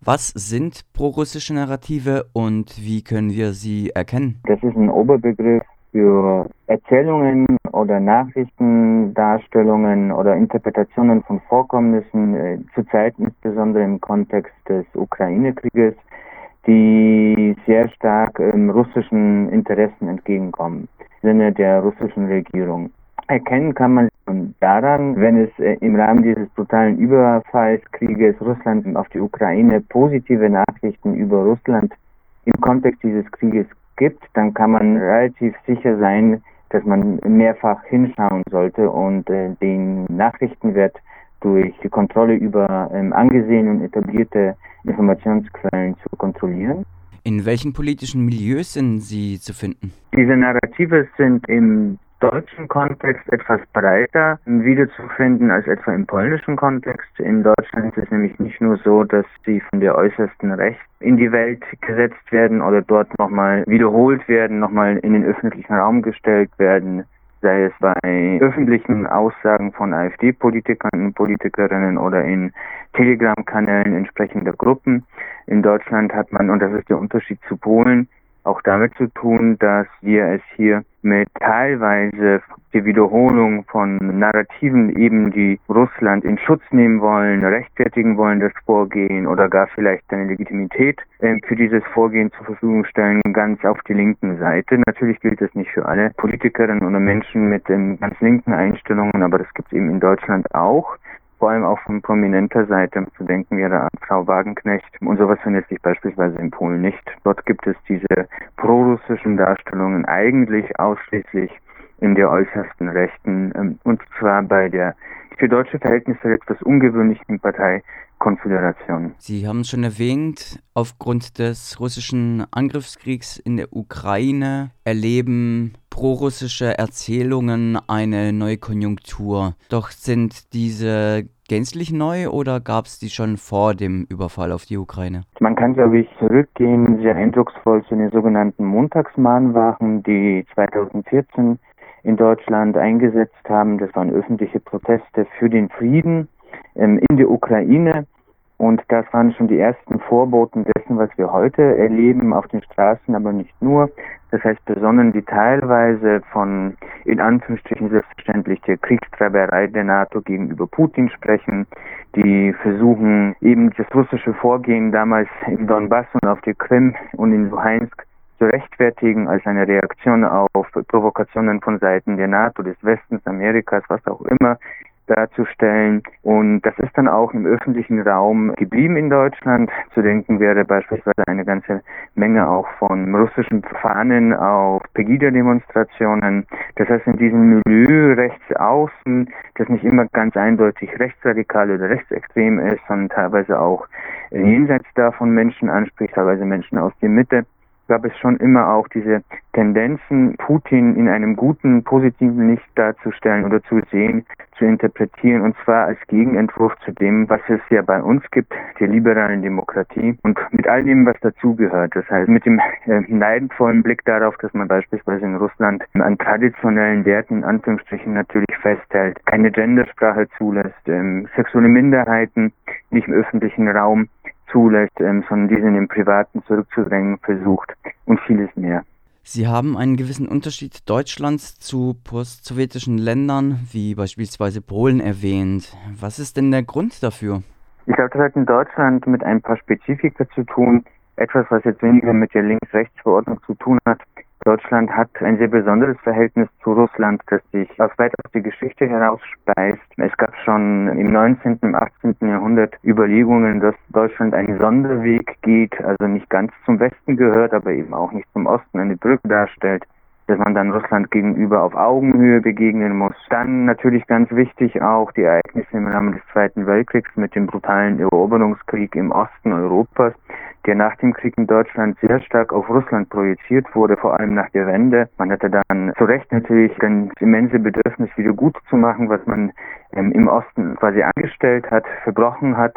Was sind prorussische Narrative und wie können wir sie erkennen? Das ist ein Oberbegriff für Erzählungen oder Nachrichtendarstellungen oder Interpretationen von Vorkommnissen, zurzeit insbesondere im Kontext des Ukraine-Krieges, die sehr stark russischen Interessen entgegenkommen, im Sinne der russischen Regierung. Erkennen kann man daran, wenn es im Rahmen dieses brutalen Überfallskrieges Russland auf die Ukraine positive Nachrichten über Russland im Kontext dieses Krieges gibt, dann kann man relativ sicher sein, dass man mehrfach hinschauen sollte und den Nachrichtenwert durch die Kontrolle über angesehene und etablierte Informationsquellen zu kontrollieren. In welchen politischen Milieus sind sie zu finden? Diese Narrative sind im deutschen Kontext etwas breiter wiederzufinden als etwa im polnischen Kontext. In Deutschland ist es nämlich nicht nur so, dass sie von der äußersten Rechts in die Welt gesetzt werden oder dort nochmal wiederholt werden, nochmal in den öffentlichen Raum gestellt werden, sei es bei öffentlichen Aussagen von AfD-Politikern und Politikerinnen oder in Telegram-Kanälen entsprechender Gruppen. In Deutschland hat man, und das ist der Unterschied zu Polen, auch damit zu tun, dass wir es hier mit teilweise die Wiederholung von Narrativen eben, die Russland in Schutz nehmen wollen, rechtfertigen wollen, das Vorgehen oder gar vielleicht eine Legitimität für dieses Vorgehen zur Verfügung stellen, ganz auf die linken Seite. Natürlich gilt das nicht für alle Politikerinnen oder Menschen mit ganz linken Einstellungen, aber das gibt es eben in Deutschland auch. Vor allem auch von prominenter Seite zu denken wäre an Frau Wagenknecht. Und sowas findet sich beispielsweise in Polen nicht. Dort gibt es diese prorussischen Darstellungen eigentlich ausschließlich in der äußersten Rechten, und zwar bei der für deutsche Verhältnisse etwas ungewöhnlichen Partei Konföderation. Sie haben es schon erwähnt, aufgrund des russischen Angriffskriegs in der Ukraine erleben prorussische Erzählungen eine neue Konjunktur. Doch sind diese gänzlich neu oder gab es die schon vor dem Überfall auf die Ukraine? Man kann, glaube ich, zurückgehen, sehr eindrucksvoll zu den sogenannten Montagsmahnwachen, die 2014 in Deutschland eingesetzt haben. Das waren öffentliche Proteste für den Frieden in der Ukraine. Und das waren schon die ersten Vorboten dessen, was wir heute erleben auf den Straßen, aber nicht nur. Das heißt, Personen, die teilweise von, in Anführungsstrichen selbstverständlich, der Kriegstreiberei der NATO gegenüber Putin sprechen, die versuchen, eben das russische Vorgehen damals im Donbass und auf der Krim und in Luhansk zu rechtfertigen als eine Reaktion auf Provokationen von Seiten der NATO, des Westens, Amerikas, was auch immer, darzustellen. Und das ist dann auch im öffentlichen Raum geblieben in Deutschland. Zu denken wäre beispielsweise eine ganze Menge auch von russischen Fahnen auf Pegida-Demonstrationen. Das heißt, in diesem Milieu rechts außen, das nicht immer ganz eindeutig rechtsradikal oder rechtsextrem ist, sondern teilweise auch jenseits davon Menschen anspricht, teilweise Menschen aus der Mitte, gab es schon immer auch diese Tendenzen, Putin in einem guten, positiven Licht darzustellen oder zu sehen, zu interpretieren, und zwar als Gegenentwurf zu dem, was es ja bei uns gibt, der liberalen Demokratie und mit all dem, was dazugehört. Das heißt, mit dem neidvollen Blick darauf, dass man beispielsweise in Russland an traditionellen Werten, in Anführungsstrichen, natürlich festhält, keine Gendersprache zulässt, sexuelle Minderheiten nicht im öffentlichen Raum zulässt, sondern diese in den Privaten zurückzudrängen versucht und vieles mehr. Sie haben einen gewissen Unterschied Deutschlands zu post-sowjetischen Ländern, wie beispielsweise Polen, erwähnt. Was ist denn der Grund dafür? Ich glaube, das hat in Deutschland mit ein paar Spezifika zu tun. Etwas, was jetzt weniger mit der Links-Rechts-Verordnung zu tun hat. Deutschland hat ein sehr besonderes Verhältnis zu Russland, das sich weit aus der Geschichte herausspeist. Es gab schon im 19., im 18. Jahrhundert Überlegungen, dass Deutschland einen Sonderweg geht, also nicht ganz zum Westen gehört, aber eben auch nicht zum Osten, eine Brücke darstellt, dass man dann Russland gegenüber auf Augenhöhe begegnen muss. Dann natürlich ganz wichtig auch die Ereignisse im Rahmen des Zweiten Weltkriegs mit dem brutalen Eroberungskrieg im Osten Europas, der nach dem Krieg in Deutschland sehr stark auf Russland projiziert wurde, vor allem nach der Wende. Man hatte dann zu Recht natürlich ein immense Bedürfnis, wieder gut zu machen, was man im Osten quasi angestellt hat, verbrochen hat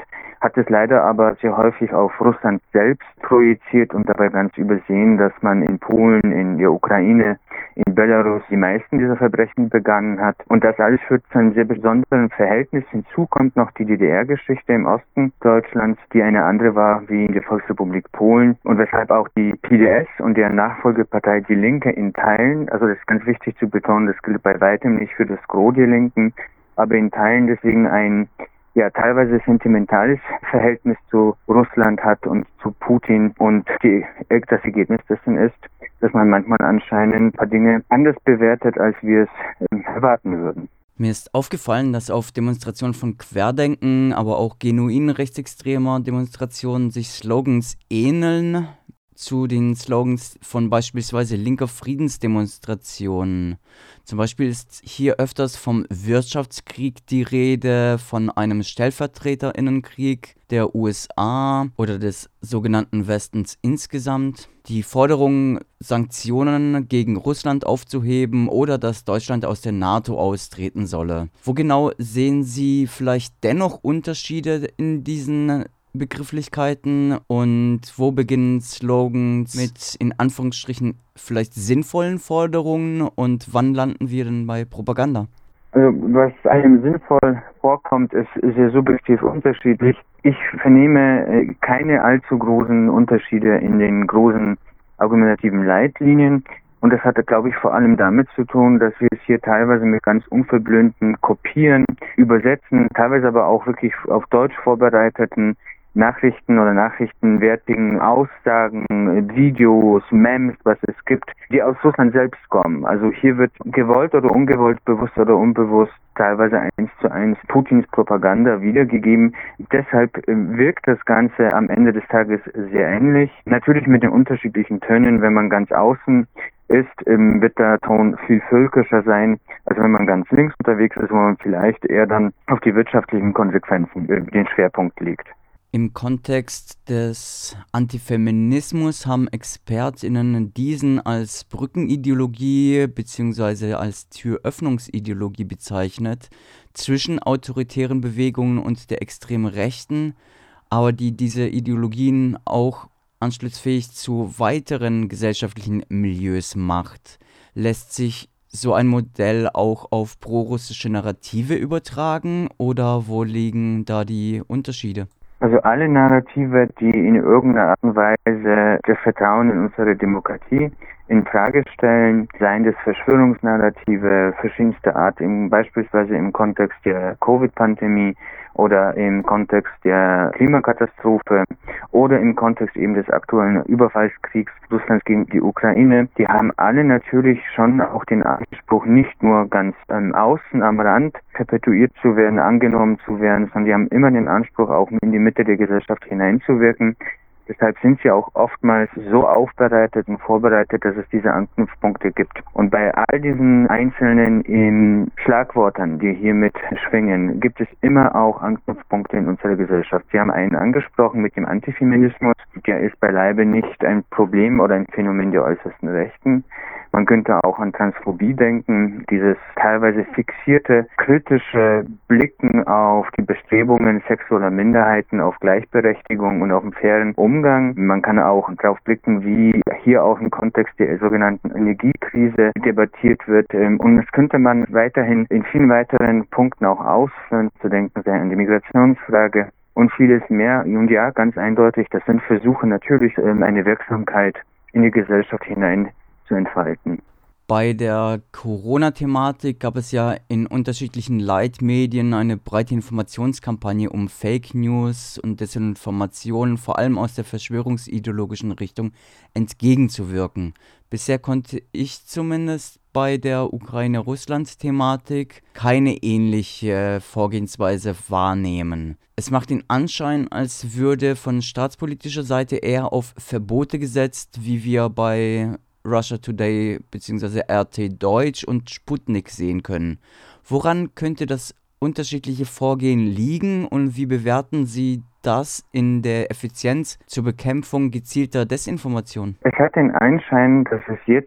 hat es leider aber sehr häufig auf Russland selbst projiziert und dabei ganz übersehen, dass man in Polen, in der Ukraine, in Belarus die meisten dieser Verbrechen begangen hat. Und das alles führt zu einem sehr besonderen Verhältnis. Hinzu kommt noch die DDR-Geschichte im Osten Deutschlands, die eine andere war wie in der Volksrepublik Polen und weshalb auch die PDS und deren Nachfolgepartei Die Linke in Teilen, also das ist ganz wichtig zu betonen, das gilt bei weitem nicht für das Gros der Linken, aber in Teilen deswegen ein teilweise sentimentales Verhältnis zu Russland hat und zu Putin und das Ergebnis dessen ist, dass man manchmal anscheinend ein paar Dinge anders bewertet, als wir es erwarten würden. Mir ist aufgefallen, dass auf Demonstrationen von Querdenken, aber auch genuin rechtsextremer Demonstrationen sich Slogans ähneln zu den Slogans von beispielsweise linker Friedensdemonstrationen. Zum Beispiel ist hier öfters vom Wirtschaftskrieg die Rede, von einem Stellvertreterinnenkrieg der USA oder des sogenannten Westens insgesamt. Die Forderung, Sanktionen gegen Russland aufzuheben oder dass Deutschland aus der NATO austreten solle. Wo genau sehen Sie vielleicht dennoch Unterschiede in diesen Begrifflichkeiten und wo beginnen Slogans mit in Anführungsstrichen vielleicht sinnvollen Forderungen und wann landen wir denn bei Propaganda? Also, was einem sinnvoll vorkommt, ist sehr subjektiv unterschiedlich. Ich vernehme keine allzu großen Unterschiede in den großen argumentativen Leitlinien. Und das hatte, glaube ich, vor allem damit zu tun, dass wir es hier teilweise mit ganz unverblümten Kopieren, Übersetzen, teilweise aber auch wirklich auf Deutsch vorbereiteten Nachrichten oder nachrichtenwertigen Aussagen, Videos, Memes, was es gibt, die aus Russland selbst kommen. Also hier wird gewollt oder ungewollt, bewusst oder unbewusst teilweise 1:1 Putins Propaganda wiedergegeben. Deshalb wirkt das Ganze am Ende des Tages sehr ähnlich. Natürlich mit den unterschiedlichen Tönen. Wenn man ganz außen ist, wird der Ton viel völkischer sein, als wenn man ganz links unterwegs ist, wo man vielleicht eher dann auf die wirtschaftlichen Konsequenzen den Schwerpunkt legt. Im Kontext des Antifeminismus haben ExpertInnen diesen als Brückenideologie bzw. als Türöffnungsideologie bezeichnet zwischen autoritären Bewegungen und der extremen Rechten, aber die diese Ideologien auch anschlussfähig zu weiteren gesellschaftlichen Milieus macht. Lässt sich so ein Modell auch auf prorussische Narrative übertragen oder wo liegen da die Unterschiede? Also alle Narrative, die in irgendeiner Art und Weise das Vertrauen in unsere Demokratie in Frage stellen, seien das Verschwörungsnarrative verschiedenster Art, beispielsweise im Kontext der Covid-Pandemie oder im Kontext der Klimakatastrophe oder im Kontext eben des aktuellen Überfallskriegs Russlands gegen die Ukraine, die haben alle natürlich schon auch den Anspruch, nicht nur ganz außen am Rand perpetuiert zu werden, angenommen zu werden, sondern die haben immer den Anspruch, auch in die Mitte der Gesellschaft hineinzuwirken. Deshalb sind sie auch oftmals so aufbereitet und vorbereitet, dass es diese Anknüpfpunkte gibt. Und bei all diesen einzelnen Schlagworten, die hier mit schwingen, gibt es immer auch Anknüpfpunkte in unserer Gesellschaft. Sie haben einen angesprochen mit dem Antifeminismus. Der ist beileibe nicht ein Problem oder ein Phänomen der äußersten Rechten. Man könnte auch an Transphobie denken, dieses teilweise fixierte, kritische Blicken auf die Bestrebungen sexueller Minderheiten, auf Gleichberechtigung und auf einen fairen Umgang. Man kann auch darauf blicken, wie hier auch im Kontext der sogenannten Energiekrise debattiert wird. Und das könnte man weiterhin in vielen weiteren Punkten auch ausführen. Zu denken sei an die Migrationsfrage und vieles mehr. Und ja, ganz eindeutig, das sind Versuche natürlich, eine Wirksamkeit in die Gesellschaft hinein zu entfalten. Bei der Corona-Thematik gab es ja in unterschiedlichen Leitmedien eine breite Informationskampagne, um Fake News und Desinformationen, vor allem aus der verschwörungsideologischen Richtung, entgegenzuwirken. Bisher konnte ich zumindest bei der Ukraine-Russland-Thematik keine ähnliche Vorgehensweise wahrnehmen. Es macht den Anschein, als würde von staatspolitischer Seite eher auf Verbote gesetzt, wie wir bei Russia Today bzw. RT Deutsch und Sputnik sehen können. Woran könnte das unterschiedliche Vorgehen liegen und wie bewerten Sie das in der Effizienz zur Bekämpfung gezielter Desinformation? Es hat den Anschein, dass es jetzt im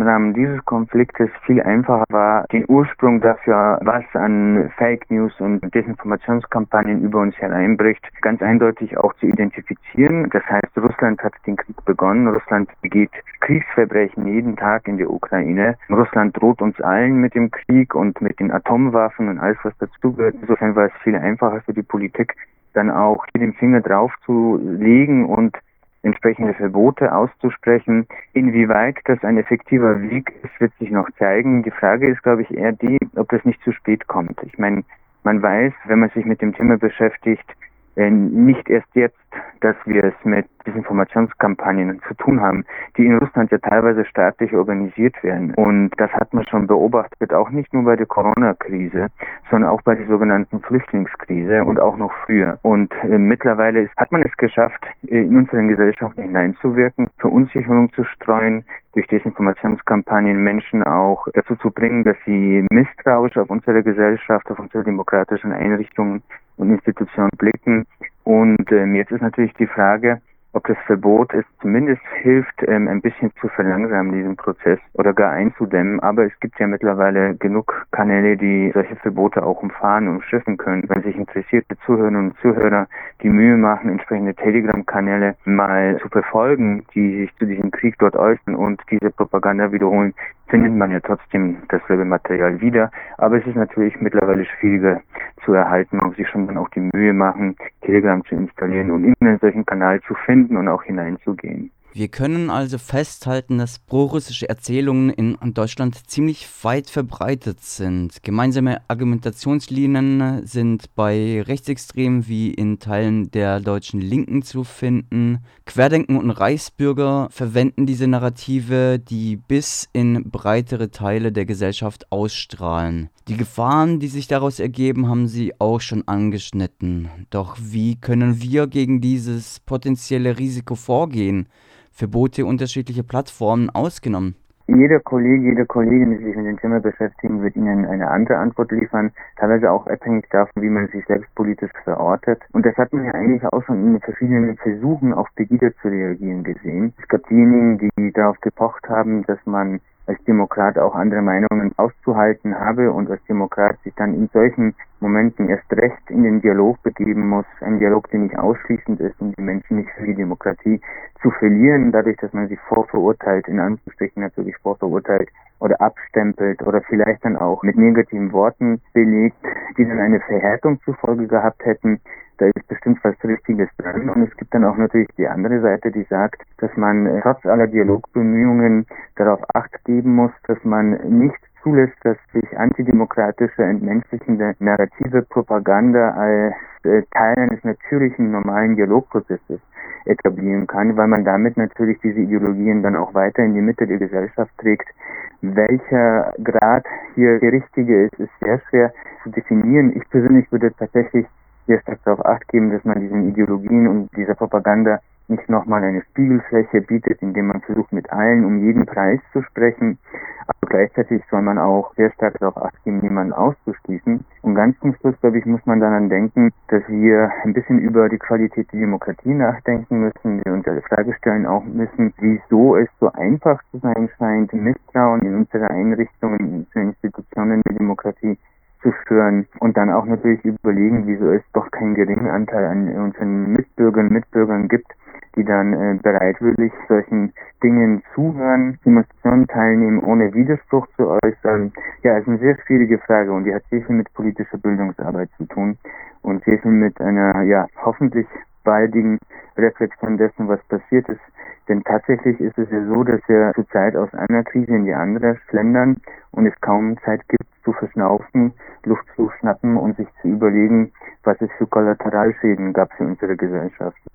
Rahmen dieses Konfliktes viel einfacher war, den Ursprung dafür, was an Fake News und Desinformationskampagnen über uns hereinbricht, ganz eindeutig auch zu identifizieren. Das heißt, Russland hat den Krieg begonnen. Russland begeht Kriegsverbrechen jeden Tag in der Ukraine. Russland droht uns allen mit dem Krieg und mit den Atomwaffen und alles, was dazugehört. Insofern war es viel einfacher für die Politik, dann auch hier den Finger drauf zu legen und entsprechende Verbote auszusprechen. Inwieweit das ein effektiver Weg ist, wird sich noch zeigen. Die Frage ist, glaube ich, eher die, ob das nicht zu spät kommt. Ich meine, man weiß, wenn man sich mit dem Thema beschäftigt, nicht erst jetzt, dass wir es mit Desinformationskampagnen zu tun haben, die in Russland ja teilweise staatlich organisiert werden. Und das hat man schon beobachtet, auch nicht nur bei der Corona-Krise, sondern auch bei der sogenannten Flüchtlingskrise und auch noch früher. Und mittlerweile hat man es geschafft, in unseren Gesellschaften hineinzuwirken, Verunsicherung zu streuen, durch Desinformationskampagnen Menschen auch dazu zu bringen, dass sie misstrauisch auf unsere Gesellschaft, auf unsere demokratischen Einrichtungen und Institutionen blicken. Und jetzt ist natürlich die Frage, ob das Verbot es zumindest hilft, ein bisschen zu verlangsamen, diesen Prozess, oder gar einzudämmen. Aber es gibt ja mittlerweile genug Kanäle, die solche Verbote auch umfahren und umschiffen können. Wenn sich interessierte Zuhörerinnen und Zuhörer die Mühe machen, entsprechende Telegram-Kanäle mal zu verfolgen, die sich zu diesem Krieg dort äußern und diese Propaganda wiederholen, findet man ja trotzdem dasselbe Material wieder. Aber es ist natürlich mittlerweile schwieriger zu erhalten. Man muss sich schon dann auch die Mühe machen, Telegram zu installieren und in einen solchen Kanal zu finden und auch hineinzugehen. Wir können also festhalten, dass prorussische Erzählungen in Deutschland ziemlich weit verbreitet sind. Gemeinsame Argumentationslinien sind bei Rechtsextremen wie in Teilen der deutschen Linken zu finden. Querdenken und Reichsbürger verwenden diese Narrative, die bis in breitere Teile der Gesellschaft ausstrahlen. Die Gefahren, die sich daraus ergeben, haben Sie auch schon angeschnitten. Doch wie können wir gegen dieses potenzielle Risiko vorgehen? Verbote unterschiedlicher Plattformen ausgenommen. Jeder Kollege, jede Kollegin, die sich mit dem Thema beschäftigen, wird Ihnen eine andere Antwort liefern, teilweise auch abhängig davon, wie man sich selbst politisch verortet. Und das hat man ja eigentlich auch schon in verschiedenen Versuchen auf Pegida zu reagieren gesehen. Es gab diejenigen, die darauf gepocht haben, dass man als Demokrat auch andere Meinungen auszuhalten habe und als Demokrat sich dann in solchen Momenten erst recht in den Dialog begeben muss. Ein Dialog, der nicht ausschließend ist, um die Menschen nicht für die Demokratie zu verlieren, dadurch, dass man sie vorverurteilt, in Anführungsstrichen natürlich vorverurteilt oder abstempelt oder vielleicht dann auch mit negativen Worten belegt, die dann eine Verhärtung zur Folge gehabt hätten. Da ist bestimmt was Richtiges dran. Und es gibt dann auch natürlich die andere Seite, die sagt, dass man trotz aller Dialogbemühungen darauf Acht geben muss, dass man nicht zulässt, dass sich antidemokratische, entmenschlichende narrative Propaganda als Teil eines natürlichen, normalen Dialogprozesses etablieren kann, weil man damit natürlich diese Ideologien dann auch weiter in die Mitte der Gesellschaft trägt. Welcher Grad hier der richtige ist sehr schwer zu definieren. Ich persönlich würde tatsächlich sehr stark darauf Acht geben, dass man diesen Ideologien und dieser Propaganda nicht nochmal eine Spiegelfläche bietet, indem man versucht, mit allen um jeden Preis zu sprechen. Aber gleichzeitig soll man auch sehr stark darauf Acht geben, niemanden auszuschließen. Und ganz zum Schluss, glaube ich, muss man daran denken, dass wir ein bisschen über die Qualität der Demokratie nachdenken müssen. Wir uns die Frage stellen auch müssen, wieso es so einfach zu sein scheint, Misstrauen in unsere Einrichtungen, in Institutionen der Demokratie zu führen und dann auch natürlich überlegen, wieso es doch keinen geringen Anteil an unseren Mitbürgerinnen und Mitbürgern gibt, die dann bereitwillig solchen Dingen zuhören, Demonstrationen teilnehmen, ohne Widerspruch zu äußern. Ja, es ist eine sehr schwierige Frage und die hat sehr viel mit politischer Bildungsarbeit zu tun und sehr viel mit einer, hoffentlich baldigen Reflexion dessen, was passiert ist. Denn tatsächlich ist es ja so, dass wir zurzeit aus einer Krise in die andere schlendern und es kaum Zeit gibt zu verschnaufen, Luft zu schnappen und sich zu überlegen, was es für Kollateralschäden gab für unsere Gesellschaft.